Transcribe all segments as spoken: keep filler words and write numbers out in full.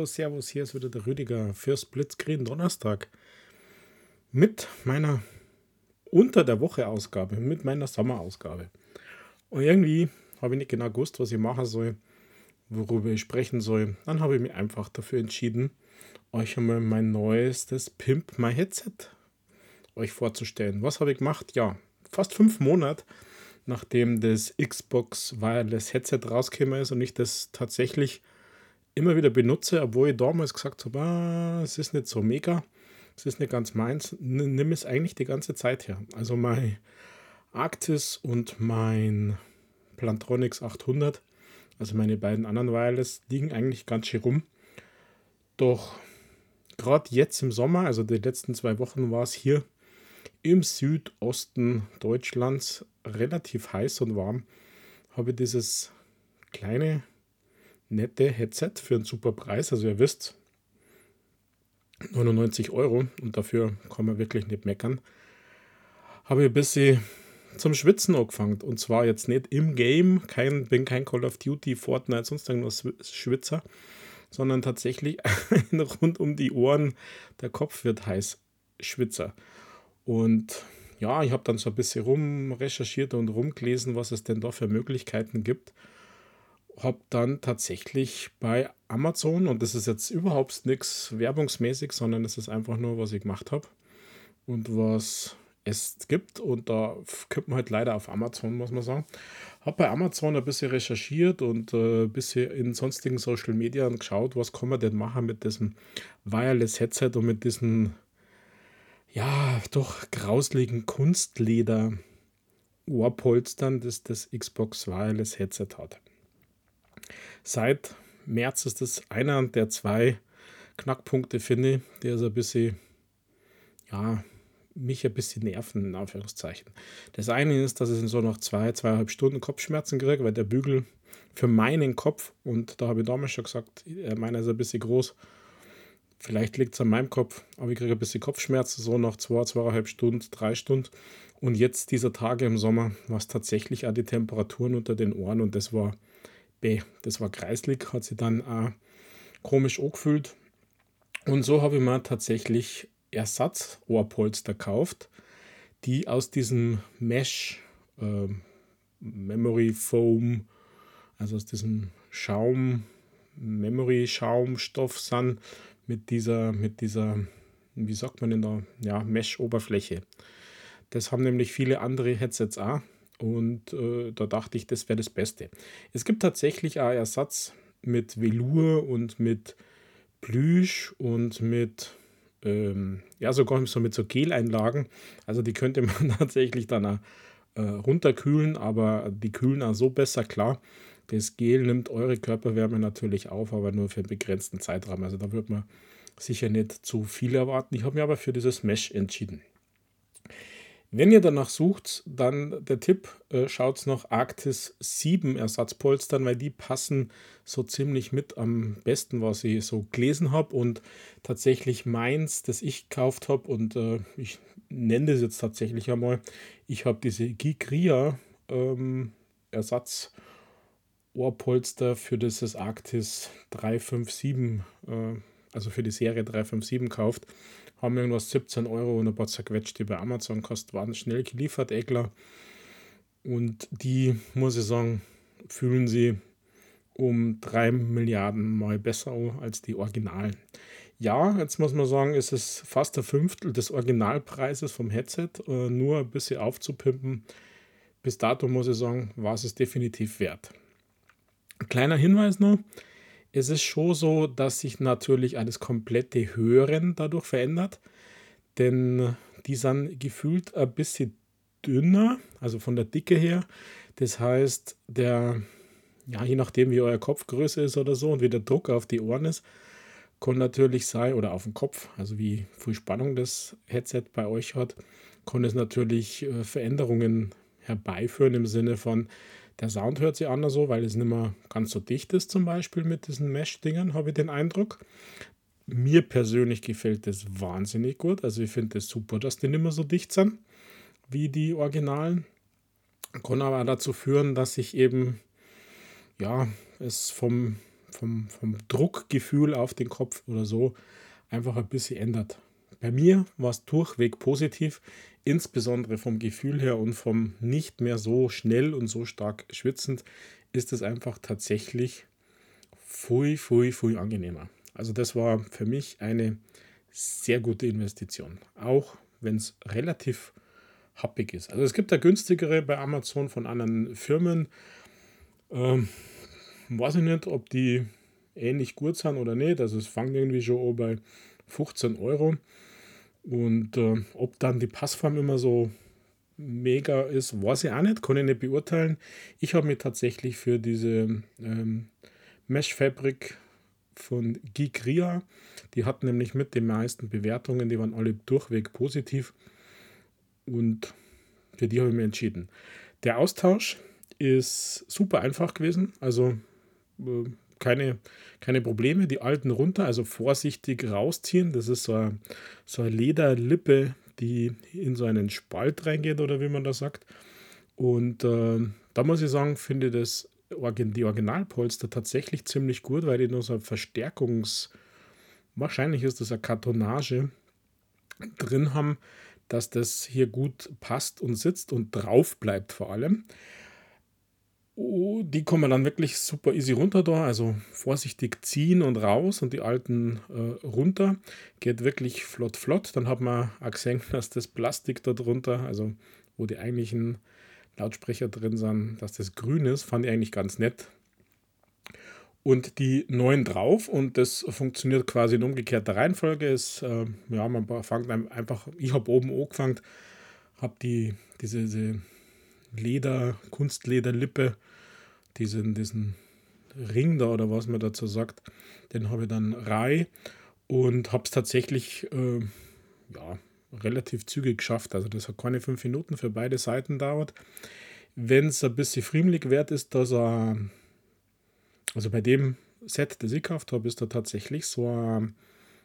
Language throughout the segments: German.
Hallo, Servus, hier ist wieder der Rüdiger für Splitscreen Donnerstag mit meiner Unter der Woche Ausgabe, mit meiner Sommerausgabe. Und irgendwie habe ich nicht genau gewusst, was ich machen soll, worüber ich sprechen soll. Dann habe ich mich einfach dafür entschieden, euch einmal mein neuestes Pimp My Headset euch vorzustellen. Was habe ich gemacht? Ja, fast fünf Monate, nachdem das Xbox Wireless Headset rausgekommen ist und ich das tatsächlich immer wieder benutze, obwohl ich damals gesagt habe, ah, es ist nicht so mega, es ist nicht ganz meins, N nimm es eigentlich die ganze Zeit her. Also mein Arctis und mein Plantronics achthundert, also meine beiden anderen Wireless, liegen eigentlich ganz schön rum. Doch gerade jetzt im Sommer, also die letzten zwei Wochen, war es hier im Südosten Deutschlands relativ heiß und warm, habe ich dieses kleine nette Headset für einen super Preis. Also ihr wisst, neunundneunzig Euro, und dafür kann man wirklich nicht meckern. Habe ich ein bisschen zum Schwitzen angefangen. Und zwar jetzt nicht im Game, kein, bin kein Call of Duty, Fortnite, sonst irgendwas Schwitzer, sondern tatsächlich rund um die Ohren, der Kopf wird heiß, Schwitzer. Und ja, ich habe dann so ein bisschen rum recherchiert und rumgelesen, was es denn da für Möglichkeiten gibt. Habe dann tatsächlich bei Amazon, und das ist jetzt überhaupt nichts werbungsmäßig, sondern das ist einfach nur, was ich gemacht habe und was es gibt. Und da kommt man halt leider auf Amazon, muss man sagen. Habe bei Amazon ein bisschen recherchiert und äh, ein bisschen in sonstigen Social Media geschaut, was kann man denn machen mit diesem Wireless Headset und mit diesen, ja, doch grausligen Kunstleder Ohrpolstern, das das Xbox Wireless Headset hat. Seit März ist das einer der zwei Knackpunkte, finde ich, die so ein bisschen, ja, mich ein bisschen nerven, in Anführungszeichen. Das eine ist, dass ich so nach zwei, zweieinhalb Stunden Kopfschmerzen kriege, weil der Bügel für meinen Kopf, und da habe ich damals schon gesagt, meiner ist ein bisschen groß, vielleicht liegt es an meinem Kopf, aber ich kriege ein bisschen Kopfschmerzen, so nach zwei, zweieinhalb Stunden, drei Stunden. Und jetzt dieser Tage im Sommer war es tatsächlich auch die Temperaturen unter den Ohren, und das war B, das war kreislig, hat sich dann auch komisch angefühlt. Und so habe ich mir tatsächlich Ersatz-Ohrpolster gekauft, die aus diesem Mesh äh, Memory Foam, also aus diesem Schaum, Memory Schaumstoff sind, mit dieser, mit dieser, wie sagt man denn da, ja, Mesh-Oberfläche. Das haben nämlich viele andere Headsets auch. Und äh, da dachte ich, das wäre das Beste. Es gibt tatsächlich auch Ersatz mit Velour und mit Plüsch und mit, ähm, ja, sogar so mit so Geleinlagen. Also die könnte man tatsächlich dann auch äh, runterkühlen, aber die kühlen auch so besser, klar. Das Gel nimmt eure Körperwärme natürlich auf, aber nur für einen begrenzten Zeitraum. Also da wird man sicher nicht zu viel erwarten. Ich habe mich aber für dieses Mesh entschieden. Wenn ihr danach sucht, dann der Tipp, äh, schaut nach Arctis sieben Ersatzpolstern, weil die passen so ziemlich mit am besten, was ich so gelesen habe. Und tatsächlich meins, das ich gekauft habe, und äh, ich nenne das jetzt tatsächlich einmal, ich habe diese Gigria ähm, Ersatzohrpolster für dieses Arctis drei fünf sieben, äh, also für die Serie drei fünf sieben gekauft. Haben irgendwas siebzehn Euro und ein paar zerquetschte bei Amazon gekostet, waren schnell geliefert, eh klar. Und die, muss ich sagen, fühlen sie um drei Milliarden Mal besser an als die Originalen. Ja, jetzt muss man sagen, ist es fast ein Fünftel des Originalpreises vom Headset, äh, nur ein bisschen aufzupimpen. Bis dato muss ich sagen, war es es definitiv wert. Kleiner Hinweis noch, es ist schon so, dass sich natürlich alles komplette Hören dadurch verändert, denn die sind gefühlt ein bisschen dünner, also von der Dicke her. Das heißt, der, ja, je nachdem wie euer Kopfgröße ist oder so und wie der Druck auf die Ohren ist, kann natürlich sein, oder auf den Kopf, also wie viel Spannung das Headset bei euch hat, kann es natürlich äh, Veränderungen herbeiführen im Sinne von, der Sound hört sich anders so, weil es nicht mehr ganz so dicht ist, zum Beispiel mit diesen Mesh-Dingern, habe ich den Eindruck. Mir persönlich gefällt das wahnsinnig gut. Also ich finde es das super, dass die nicht mehr so dicht sind wie die Originalen. Kann aber auch dazu führen, dass ich eben, ja, es vom vom, vom Druckgefühl auf den Kopf oder so einfach ein bisschen ändert. Bei mir war es durchweg positiv, insbesondere vom Gefühl her und vom nicht mehr so schnell und so stark schwitzend, ist es einfach tatsächlich viel, viel, viel angenehmer. Also das war für mich eine sehr gute Investition, auch wenn es relativ happig ist. Also es gibt da günstigere bei Amazon von anderen Firmen. Ähm, weiß ich nicht, ob die ähnlich gut sind oder nicht. Also es fängt irgendwie schon an bei fünfzehn Euro. Und äh, ob dann die Passform immer so mega ist, weiß ich auch nicht, kann ich nicht beurteilen. Ich habe mich tatsächlich für diese ähm, Mesh Fabric von Geekria, die hat nämlich mit den meisten Bewertungen, die waren alle durchweg positiv und für die habe ich mich entschieden. Der Austausch ist super einfach gewesen, also äh, keine, keine Probleme. Die alten runter, also vorsichtig rausziehen. Das ist so eine, so eine Lederlippe, die in so einen Spalt reingeht oder wie man das sagt. Und äh, da muss ich sagen, finde ich das Origin- die Originalpolster tatsächlich ziemlich gut, weil die noch so eine Verstärkungs... Wahrscheinlich ist das eine Kartonage drin haben, dass das hier gut passt und sitzt und drauf bleibt vor allem. Oh, die kommen dann wirklich super easy runter da, also vorsichtig ziehen und raus und die alten äh, runter. Geht wirklich flott, flott. Dann hat man auch gesehen, dass das Plastik da drunter, also wo die eigentlichen Lautsprecher drin sind, dass das grün ist, fand ich eigentlich ganz nett. Und die neuen drauf und das funktioniert quasi in umgekehrter Reihenfolge. Ist, äh, ja, man fängt einfach, ich habe oben angefangen, habe die, diese, diese Leder, Kunstlederlippe, diesen, diesen Ring da oder was man dazu sagt, den habe ich dann rein und habe es tatsächlich äh, ja, relativ zügig geschafft. Also das hat keine fünf Minuten für beide Seiten dauert. Wenn es ein bisschen friemelig wird, ist das ein, also bei dem Set, das ich gekauft habe, ist da tatsächlich so ein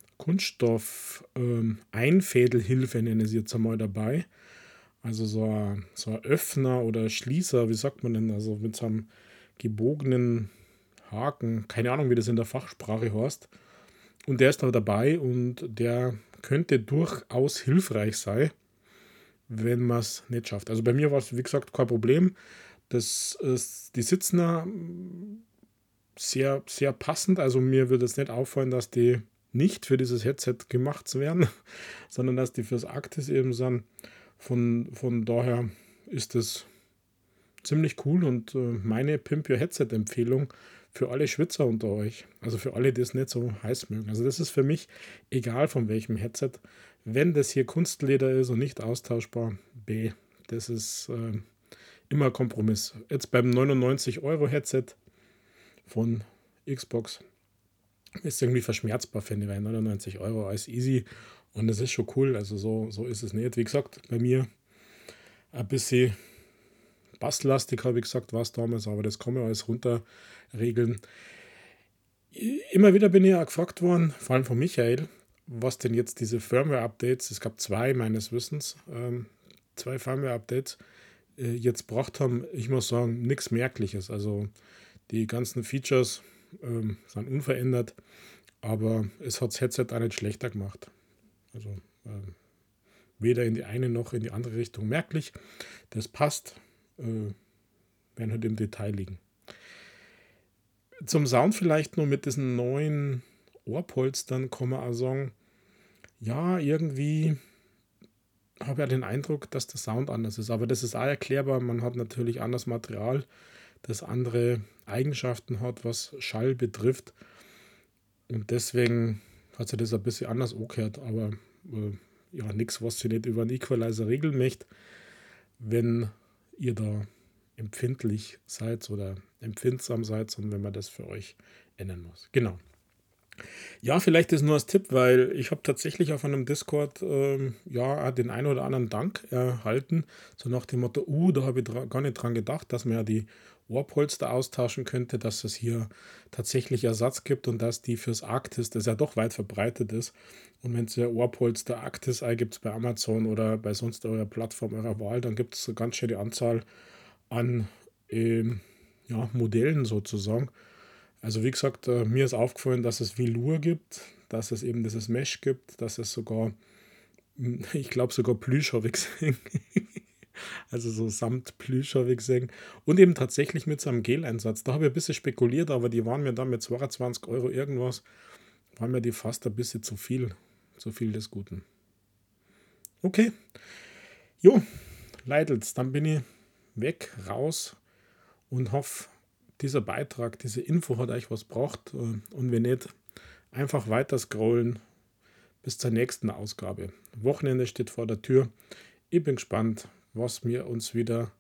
Kunststoff-Einfädelhilfe, nenne ich es jetzt einmal dabei. Also so ein, so ein Öffner oder Schließer, wie sagt man denn, also mit so einem gebogenen Haken, keine Ahnung, wie das in der Fachsprache heißt. Und der ist da dabei und der könnte durchaus hilfreich sein, wenn man es nicht schafft. Also bei mir war es, wie gesagt, kein Problem. Das ist, die sitzen da sehr, sehr passend. Also mir würde es nicht auffallen, dass die nicht für dieses Headset gemacht werden, sondern dass die fürs Arktis eben sind. Von, von daher ist es ziemlich cool und äh, meine Pimp Your Headset Empfehlung für alle Schwitzer unter euch. Also für alle, die es nicht so heiß mögen. Also das ist für mich egal von welchem Headset. Wenn das hier Kunstleder ist und nicht austauschbar, B, das ist äh, immer ein Kompromiss. Jetzt beim neunundneunzig Euro Headset von Xbox ist irgendwie verschmerzbar, finde ich, weil neunundneunzig Euro als easy und das ist schon cool. Also so, so ist es nicht. Wie gesagt, bei mir ein bisschen basslastig, habe ich gesagt, war es damals, aber das kann man alles runterregeln. Immer wieder bin ich auch gefragt worden, vor allem von Michael, was denn jetzt diese Firmware-Updates, es gab zwei meines Wissens, ähm, zwei Firmware-Updates, äh, jetzt gebracht haben. Ich muss sagen, nichts Merkliches. Also die ganzen Features ähm, sind unverändert, aber es hat das Headset auch nicht schlechter gemacht. Also ähm, weder in die eine noch in die andere Richtung merklich. Das passt, äh, werden halt im Detail liegen. Zum Sound vielleicht nur mit diesen neuen Ohrpolstern kann man auch sagen, ja, irgendwie habe ich ja den Eindruck, dass der Sound anders ist. Aber das ist auch erklärbar. Man hat natürlich anderes Material, das andere Eigenschaften hat, was Schall betrifft. Und deswegen hat sich das ein bisschen anders angehört. Aber äh, ja, nichts, was sie nicht über einen Equalizer regeln möchte. Wenn ihr da empfindlich seid oder empfindsam seid, sondern wenn man das für euch ändern muss. Genau. Ja, vielleicht ist nur als Tipp, weil ich habe tatsächlich auf einem Discord ähm, ja den einen oder anderen Dank erhalten, so nach dem Motto, uh, da habe ich dra- gar nicht dran gedacht, dass man ja die Ohrpolster austauschen könnte, dass es hier tatsächlich Ersatz gibt und dass die fürs Arktis, das ja doch weit verbreitet ist. Und wenn ihr Ohrpolster Arktis eingibt bei Amazon oder bei sonst eurer Plattform eurer Wahl, dann gibt es eine ganz schöne Anzahl an ähm, ja, Modellen sozusagen. Also wie gesagt, äh, mir ist aufgefallen, dass es Velour gibt, dass es eben dieses Mesh gibt, dass es sogar, hm, ich glaube sogar Plüsch habe ich gesehen. Also so Samt-Plüsch habe ich gesehen. Und eben tatsächlich mit so einem Gel-Einsatz. Da habe ich ein bisschen spekuliert, aber die waren mir dann mit zweiundzwanzig Euro irgendwas, waren mir die fast ein bisschen zu viel. Zu viel des Guten. Okay, jo, Leidels, dann bin ich weg, raus und hoffe, dieser Beitrag, diese Info hat euch was gebracht. äh, Und wenn nicht, einfach weiter scrollen bis zur nächsten Ausgabe. Wochenende steht vor der Tür. Ich bin gespannt, was wir uns wieder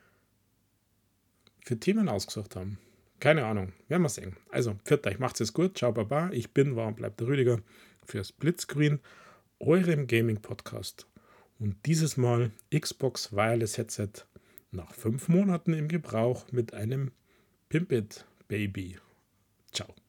für Themen ausgesucht haben. Keine Ahnung, werden wir sehen. Also, pfiat euch, macht's es gut. Ciao, baba. Ich bin, war und bleibt der Rüdiger für Splitscreen, eurem Gaming-Podcast. Und dieses Mal Xbox Wireless Headset nach fünf Monaten im Gebrauch mit einem Pimpit Baby. Ciao.